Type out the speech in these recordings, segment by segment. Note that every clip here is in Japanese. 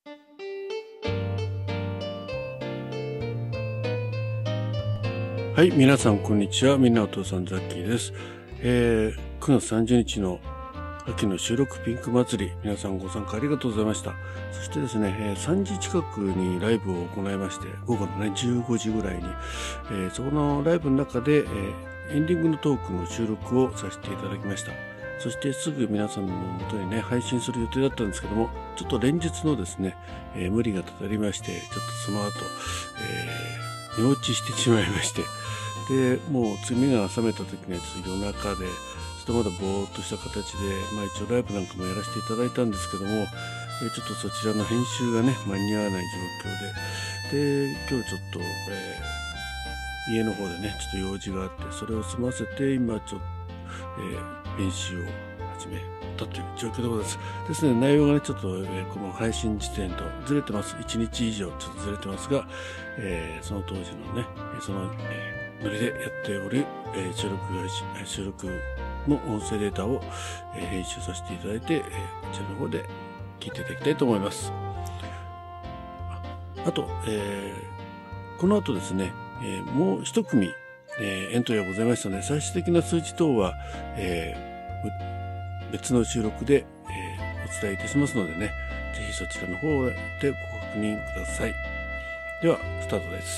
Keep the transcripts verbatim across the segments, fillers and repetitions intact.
はい、皆さんこんにちは。みんなお父さんザッキーです。えー、くがつさんじゅうにちの秋の収録ピンク祭り、皆さんご参加ありがとうございました。そしてですね、えー、さんじ近くにライブを行いまして、午後のね、じゅうごじぐらいに、えー、そこのライブの中で、えー、エンディングのトークの収録をさせていただきました。そしてすぐ皆さんの元にね、配信する予定だったんですけども、ちょっと連日のですね、えー、無理がたたりまして、ちょっとその後、えー、寝落ちしてしまいまして、で、もう次目が覚めた時にはちょっと夜中で、ちょっとまだぼーっとした形で、まあ一応ライブなんかもやらせていただいたんですけども、えちょっとそちらの編集がね、間に合わない状況で、で、今日ちょっと、えー、家の方でね、ちょっと用事があって、それを済ませて、今ちょっと、えー、練習を始めたという状況でございます。ですね、内容がね、ちょっと、えー、この配信時点とずれてます。いちにち以上ちょっとずれてますが、えー、その当時のね、その、えーノリでやっており、えー、収録配信、収録の音声データを、えー、編集させていただいて、えー、こちらの方で聞いていただきたいと思います。あ, あと、えー、この後ですね、えー、もう一組、えー、エントリーがございましたので、最終的な数値等は、えー、別の収録で、えー、お伝えいたしますのでね、ぜひそちらの方でご確認ください。では、スタートです。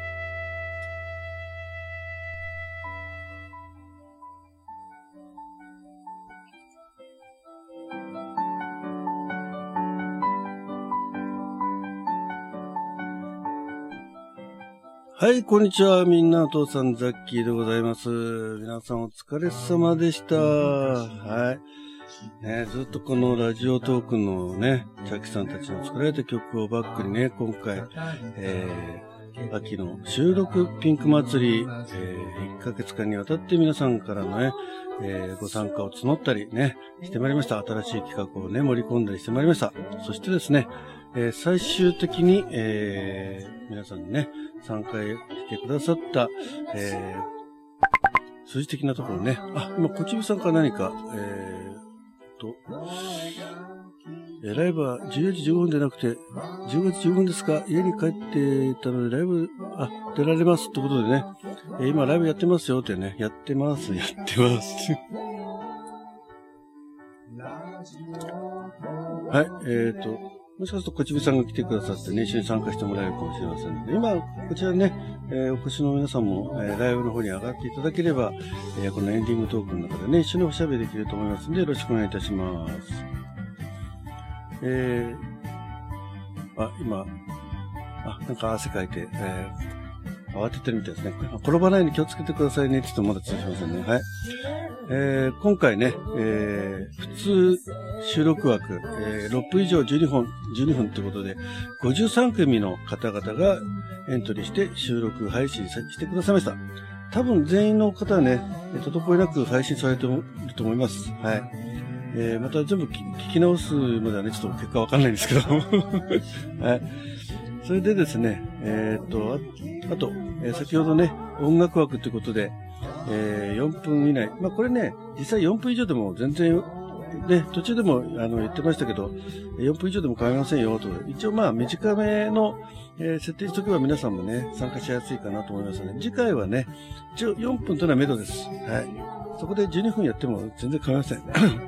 はい、こんにちは。みんなお父さんザッキーでございます。皆さんお疲れ様でした。はい。ね、ずっとこのラジオトークのね、チャキさんたちの作られた曲をバックにね、今回、えー、秋の収録ピンク祭り、えー、いっかげつかんにわたって皆さんからのね、えー、ご参加を募ったりね、してまいりました。新しい企画をね、盛り込んだりしてまいりました。そしてですね、えー、最終的に、えー、皆さんにね、参加してくださった、えー、数字的なところね。あ、今、こちびさんから何か、えーと、えー、ライブはじゅうよじじゅうごふんでなくて、じゅうごじじゅうごふんですか？家に帰っていたので、ライブ、あ、出られますってことでね、えー、今、ライブやってますよってね、やってます、やってます。はい、えーと、もしかすると、こちびさんが来てくださってね、一緒に参加してもらえるかもしれませんので、今、こちらね、えー、お越しの皆さんも、えー、ライブの方に上がっていただければ、えー、このエンディングトークの中でね、一緒におしゃべりできると思いますので、よろしくお願いいたします。えー、あ、今、あ、なんか汗かいて、えー、慌ててるみたいですね。転ばないように気をつけてくださいね。ちょっとまだ通じませんね。はい。えー、今回ね、えー、普通収録枠、えー、ろっぷん以上じゅうにほん、じゅうにふんということで、ごじゅうさんくみの方々がエントリーして収録配信してくださいました。多分全員の方はね、滞りなく配信されていると思います。はい。えー、また全部聞き直すまではね、ちょっと結果わかんないんですけど。はい。それでですね、えー、っと、あ, あと、えー、先ほどね、音楽枠ということで、えー、よんぷん以内。まあ、これね、実際よんぷん以上でも全然、ね、途中でもあの言ってましたけど、よんぷん以上でも構いませんよと。一応まあ短めの、えー、設定しておけば皆さんもね、参加しやすいかなと思いますので、次回はね、一応よんぷんというのは目処です。はい。そこでじゅうにふんやっても全然構いません。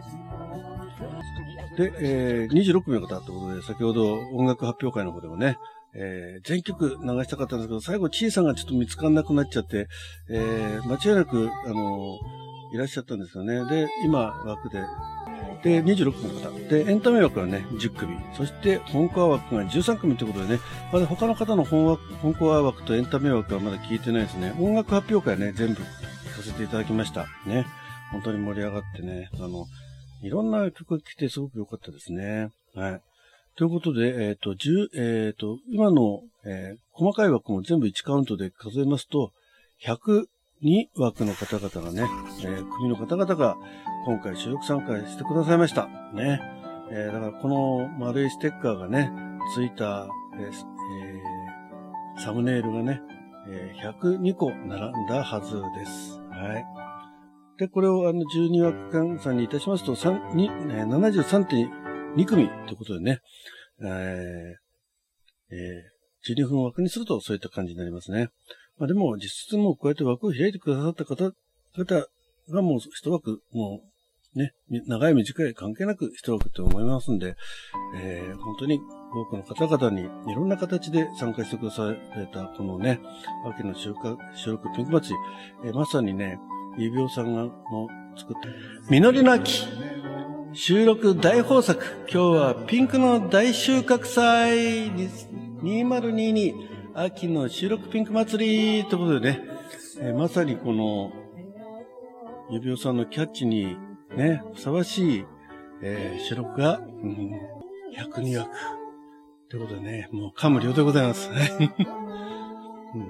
で、えー、にじゅうろくみの方ということで、先ほど音楽発表会の方でもね、えー、全曲流したかったんですけど、最後、ちいさんがちょっと見つからなくなっちゃって、えー、間違いなく、あのー、いらっしゃったんですよね。で、今、枠で、で、にじゅうろくみの方。で、エンタメ枠はね、じゅっくみ。そして、本コア枠がじゅうさんくみということでね、まだ他の方の本枠、本コア枠とエンタメ枠はまだ聞いてないですね。音楽発表会ね、全部させていただきました。ね。本当に盛り上がってね、あの、いろんな曲が来てすごく良かったですね。はい。ということで、えっと、じゅう、えっと、今の、えー、細かい枠も全部いちカウントで数えますと、ひゃくにわくの方々がね、えー、組の方々が今回収録参加してくださいました。ね。えー、だからこの丸いステッカーがね、ついた、えーえー、サムネイルがね、えー、ひゃくにこ並んだはずです。はい。で、これをあのじゅうにわく換算にいたしますと、ななじゅうさんてんにくみということでね、 えー、えー、じゅうにふん枠にするとそういった感じになりますね。まあでも、実質もうこうやって枠を開いてくださった方、方がもう一枠、もうね、長い短い関係なく一枠って思いますんで、えー、本当に多くの方々にいろんな形で参加してくだされた、このね、秋の収穫、収録ピンク祭り、えー、まさにね、ゆびおさんがの作った、実りの秋、収録大豊作、今日はピンクの大収穫祭にせんにじゅうに秋の収録ピンク祭りということでね、えー、まさにこの、ゆびおさんのキャッチにね、ふさわしい、えー、収録が、うん、ひゃくにわく。ということでね、もう感無量でございます。うん、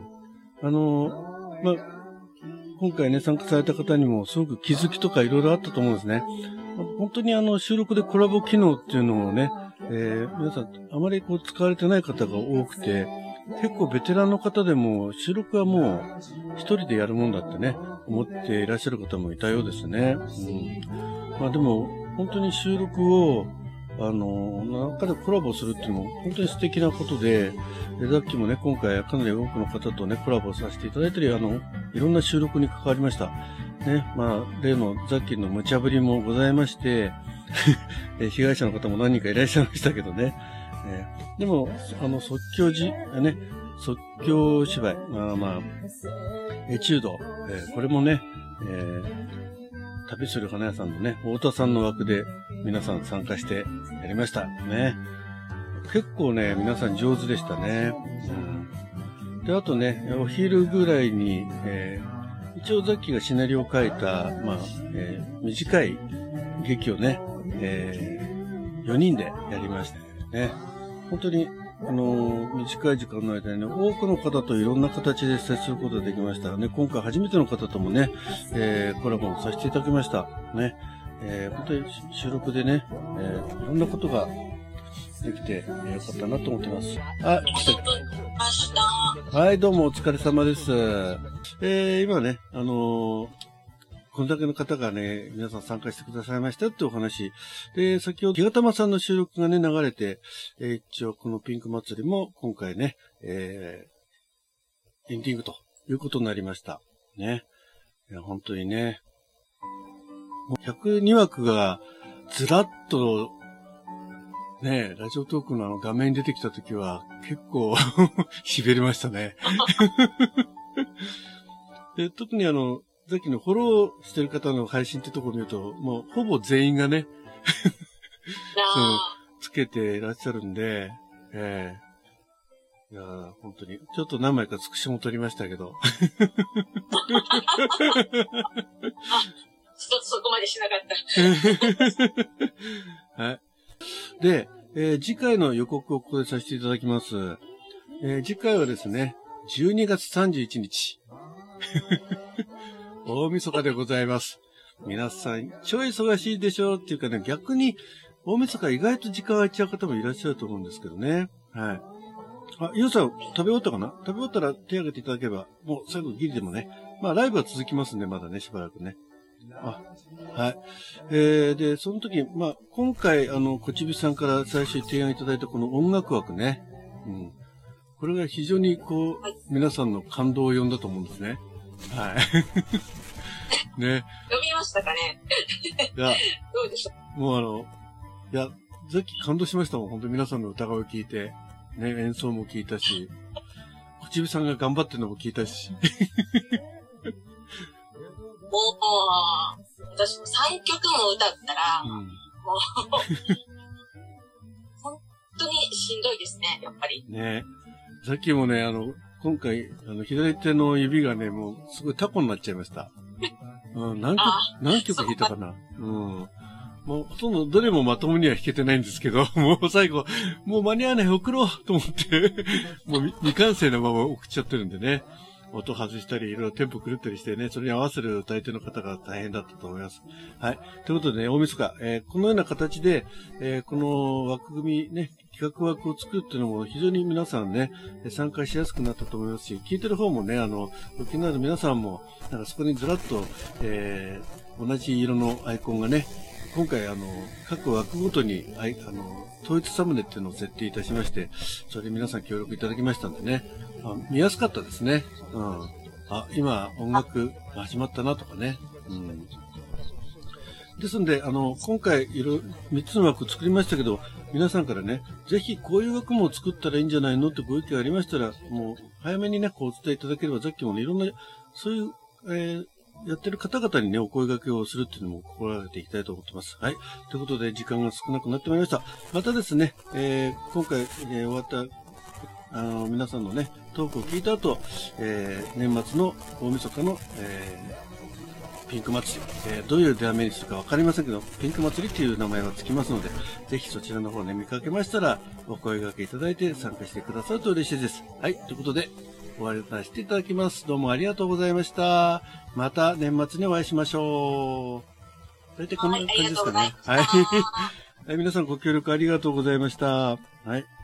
あの、まあ、今回ね、参加された方にもすごく気づきとかいろいろあったと思うんですね。本当にあの、収録でコラボ機能っていうのをね、えー、皆さんあまりこう使われてない方が多くて、結構ベテランの方でも収録はもう一人でやるもんだってね、思っていらっしゃる方もいたようですね。うん、まあでも、本当に収録を、あの、中でコラボするっていうのも本当に素敵なことで、さっきもね、今回かなり多くの方とね、コラボさせていただいたり、あの、いろんな収録に関わりました。ね、まあ、例のザッキーの無茶ぶりもございまして、被害者の方も何人かいらっしゃいましたけどね。えー、でも、あの、即興じ、ね、即興芝居、まあまあ、エチュード、えー、これもね、えー、旅する花屋さんのね、太田さんの枠で皆さん参加してやりました。ね。結構ね、皆さん上手でしたね。うん、で、あとね、お昼ぐらいに、えー、一応ザッキーがシナリオを書いた、まあ、えー、短い劇をね、えー、よにんでやりましたね。本当に、あのー、短い時間の間にね、多くの方といろんな形で接することができましたね。今回初めての方ともね、えー、コラボをさせていただきました。ね。えー、本当に収録でね、えー、いろんなことができて、えー、よかったなと思ってます。あ、来た。はい、どうもお疲れ様です。えー、今ね、あのー、これだけの方がね、皆さん参加してくださいましたってお話。で、先ほど、木形間さんの収録がね、流れて、えー、一応このピンク祭りも今回ね、えー、エンディングということになりました。ね。いや、本当にね。ひゃくにわくがずらっと、ね、ラジオトークのあの画面に出てきたときは結構痺れましたね。で、特にあの、さっきのフォローしてる方の配信ってところを見ると、もうほぼ全員がね、そのつけていらっしゃるんで、ええー、いやー、本当に、ちょっと何枚かつくしも撮りましたけど。 ちょっとそこまでしなかった。 はい。で、えー、次回の予告をここでさせていただきます。えー、次回はですね、じゅうにがつさんじゅういちにち。大晦日でございます。皆さん、超忙しいでしょうっていうかね、逆に、大晦日意外と時間空いちゃう方もいらっしゃると思うんですけどね。はい。あ、ゆうさん、食べ終わったかな？食べ終わったら手挙げていただければ、もう最後ギリでもね。まあ、ライブは続きますんで、まだね、しばらくね。あ、はい。えー、で、その時、まあ、今回、あの、こちびさんから最初に提案いただいたこの音楽枠ね。うん。これが非常にこう、皆さんの感動を呼んだと思うんですね。はい。ね。 読みましたかね。 いや、 どうでしょうもうあの、いや、さっき感動しましたもん。本当に皆さんの歌声を聞いて、ね、演奏も聞いたし、こちびさんが頑張ってるのも聞いたし。 もう、私もさんきょくも歌ったら、うん、もう、本当にしんどいですね、やっぱり。ね。 さっきもね、あの、今回、あの、左手の指がね、もう、すごいタコになっちゃいました。うん、何曲、何曲弾いたかな。うん。もう、ほとんどどれもまともには弾けてないんですけど、もう最後、もう間に合わない、送ろうと思って、もう未完成のまま送っちゃってるんでね。音外したり、いろいろテンポ狂ったりしてね、それに合わせる歌い手の方が大変だったと思います。はい。ということでね、大晦日、えー、このような形で、えー、この枠組みね、企画枠を作るっていうのも非常に皆さんね、参加しやすくなったと思いますし、聞いてる方もね、あの、お気になる皆さんも、なんかそこにずらっと、えー、同じ色のアイコンがね、 今回、あの、各枠ごとに、あい、あの、統一サムネっていうのを設定いたしまして、それで皆さん協力いただきましたんでね、あ見やすかったですね。うん。あ、今、音楽が始まったなとかね。うん。ですんで、あの、今回、いろ、みっつの枠作りましたけど、皆さんからね、ぜひこういう枠も作ったらいいんじゃないのってご意見ありましたら、もう、早めにね、こうお伝えいただければ、さっきもね、いろんな、そういう、えー、やってる方々にね、お声掛けをするっていうのも心がけていきたいと思ってます。はい。ということで、時間が少なくなってまいりました。またですね、えー、今回、えー、終わった、あの、皆さんのね、トークを聞いた後、えー、年末の大晦日の、えー、ピンク祭り、えー、どういう題名にするかわかりませんけど、ピンク祭りっていう名前がつきますので、ぜひそちらの方ね、見かけましたら、お声掛けいただいて参加してくださると嬉しいです。はい。ということで、終わりとさせていただきます。どうもありがとうございました。また年末にお会いしましょう。大体こんな感じですかね。はい。はい。皆さんご協力ありがとうございました。はい。